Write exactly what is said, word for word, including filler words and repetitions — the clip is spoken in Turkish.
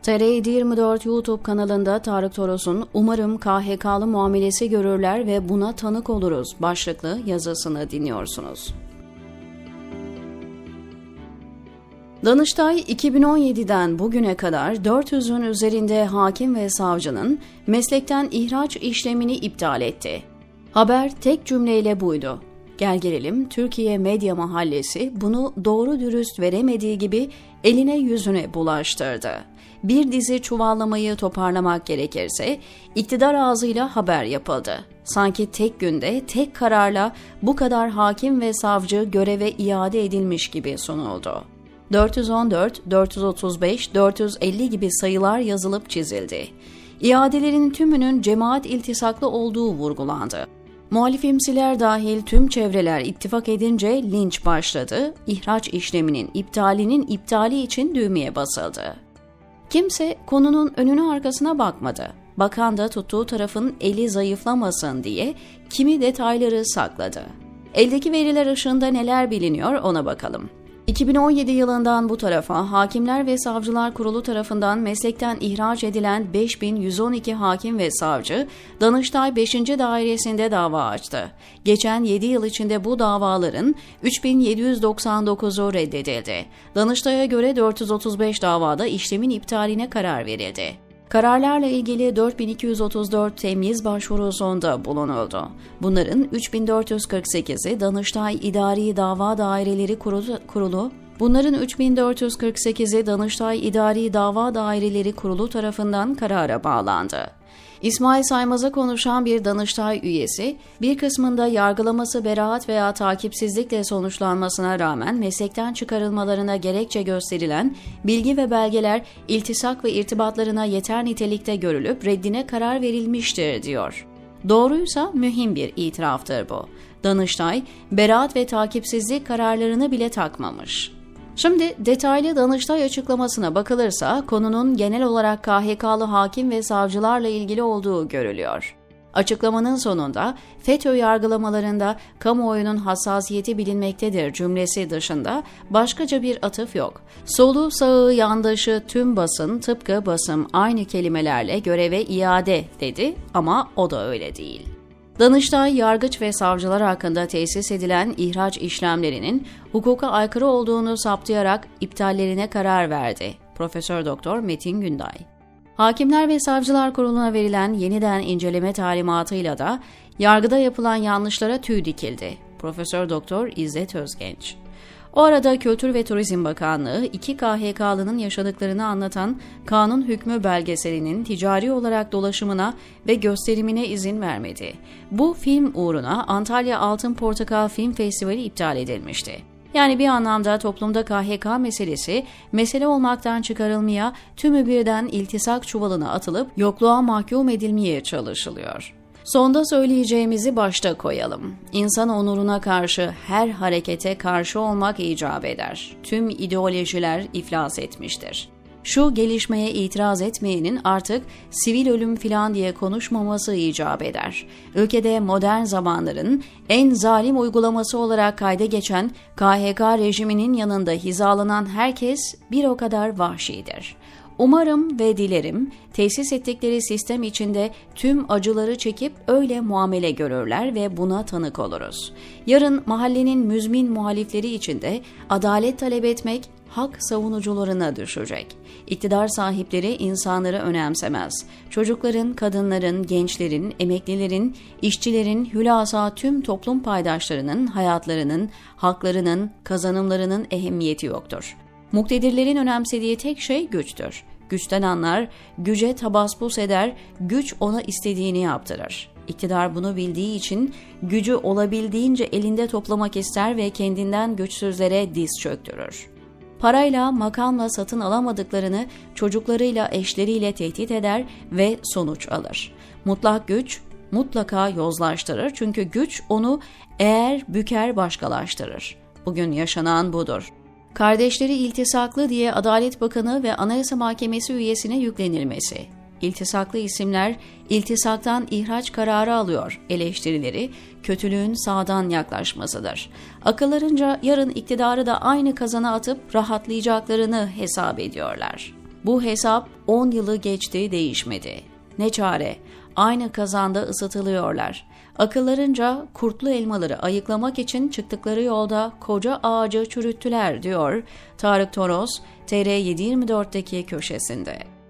T R yedi yirmi dört YouTube kanalında Tarık Toros'un "Umarım K H K'lı muamelesi görürler ve buna tanık oluruz" başlıklı yazısını dinliyorsunuz. Danıştay iki bin on yediden bugüne kadar dört yüzün üzerinde hakim ve savcının meslekten ihraç işlemini iptal etti. Haber tek cümleyle buydu. Gel gelelim Türkiye Medya Mahallesi bunu doğru dürüst veremediği gibi eline yüzüne bulaştırdı. Bir dizi çuvallamayı toparlamak gerekirse iktidar ağzıyla haber yapıldı. Sanki tek günde tek kararla bu kadar hakim ve savcı göreve iade edilmiş gibi sunuldu. dört yüz on dört, dört yüz otuz beş, dört yüz elli gibi sayılar yazılıp çizildi. İadelerin tümünün cemaat iltisaklı olduğu vurgulandı. Muhalifimsiler dahil tüm çevreler ittifak edince linç başladı, ihraç işleminin iptalinin iptali için düğmeye basıldı. Kimse konunun önüne arkasına bakmadı. Bakan da tuttuğu tarafın eli zayıflamasın diye kimi detayları sakladı. Eldeki veriler ışığında neler biliniyor ona bakalım. iki bin on yedi yılından bu tarafa Hakimler ve Savcılar Kurulu tarafından meslekten ihraç edilen beş bin yüz on iki hakim ve savcı, Danıştay beşinci Dairesi'nde dava açtı. Geçen yedi yıl içinde bu davaların üç bin yedi yüz doksan dokuzu reddedildi. Danıştay'a göre dört yüz otuz beş davada işlemin iptaline karar verildi. Kararlarla ilgili dört bin iki yüz otuz dört temyiz başvurusunda bulunuldu. Bunların üç bin dört yüz kırk sekizi Danıştay İdari Dava Daireleri Kurulu, Kurulu Bunların üç bin dört yüz kırk sekizi Danıştay İdari Dava Daireleri Kurulu tarafından karara bağlandı. İsmail Saymaz'a konuşan bir Danıştay üyesi, bir kısmında yargılaması beraat veya takipsizlikle sonuçlanmasına rağmen meslekten çıkarılmalarına gerekçe gösterilen bilgi ve belgeler iltisak ve irtibatlarına yeter nitelikte görülüp reddine karar verilmiştir, diyor. Doğruysa mühim bir itiraftır bu. Danıştay, beraat ve takipsizlik kararlarını bile takmamış. Şimdi detaylı Danıştay açıklamasına bakılırsa konunun genel olarak K H K'lı hakim ve savcılarla ilgili olduğu görülüyor. Açıklamanın sonunda FETÖ yargılamalarında kamuoyunun hassasiyeti bilinmektedir cümlesi dışında başkaca bir atıf yok. Solu sağı yandaşı tüm basın tıpkı basım aynı kelimelerle göreve iade dedi ama o da öyle değil. Danıştay, yargıç ve savcılar hakkında tesis edilen ihraç işlemlerinin hukuka aykırı olduğunu saptayarak iptallerine karar verdi. Profesör Doktor Metin Günday. Hakimler ve Savcılar Kurulu'na verilen yeniden inceleme talimatıyla da yargıda yapılan yanlışlara tüy dikildi. Profesör Doktor İzzet Özgenç. O arada Kültür ve Turizm Bakanlığı iki K H K'lının yaşadıklarını anlatan kanun hükmü belgeselinin ticari olarak dolaşımına ve gösterimine izin vermedi. Bu film uğruna Antalya Altın Portakal Film Festivali iptal edilmişti. Yani bir anlamda toplumda K H K meselesi mesele olmaktan çıkarılmaya, tümü birden iltisak çuvalına atılıp yokluğa mahkum edilmeye çalışılıyor. Sonda söyleyeceğimizi başta koyalım. İnsan onuruna karşı her harekete karşı olmak icap eder. Tüm ideolojiler iflas etmiştir. Şu gelişmeye itiraz etmeyenin artık sivil ölüm filan diye konuşmaması icap eder. Ülkede modern zamanların en zalim uygulaması olarak kayda geçen K H K rejiminin yanında hizalanan herkes bir o kadar vahşidir. Umarım ve dilerim tesis ettikleri sistem içinde tüm acıları çekip öyle muamele görürler ve buna tanık oluruz. Yarın mahallenin müzmin muhalifleri içinde adalet talep etmek hak savunucularına düşecek. İktidar sahipleri insanları önemsemez. Çocukların, kadınların, gençlerin, emeklilerin, işçilerin, hülasa tüm toplum paydaşlarının hayatlarının, haklarının, kazanımlarının ehemmiyeti yoktur. Muktedirlerin önemsediği tek şey güçtür. Güçten anlar, güce tabaspus eder, güç ona istediğini yaptırır. İktidar bunu bildiği için gücü olabildiğince elinde toplamak ister ve kendinden güçsüzlere diz çöktürür. Parayla, makamla satın alamadıklarını çocuklarıyla, eşleriyle tehdit eder ve sonuç alır. Mutlak güç mutlaka yozlaştırır çünkü güç onu eğer büker başkalaştırır. Bugün yaşanan budur. Kardeşleri iltisaklı diye Adalet Bakanı ve Anayasa Mahkemesi üyesine yüklenilmesi. İltisaklı isimler iltisaktan ihraç kararı alıyor eleştirileri kötülüğün sağdan yaklaşmasıdır. Akıllarınca yarın iktidarı da aynı kazana atıp rahatlayacaklarını hesap ediyorlar. Bu hesap on yılı geçti, değişmedi. Ne çare? Aynı kazanda ısıtılıyorlar. Akıllarınca kurtlu elmaları ayıklamak için çıktıkları yolda koca ağacı çürüttüler, diyor Tarık Toros, T R yedi yirmi dört'teki köşesinde.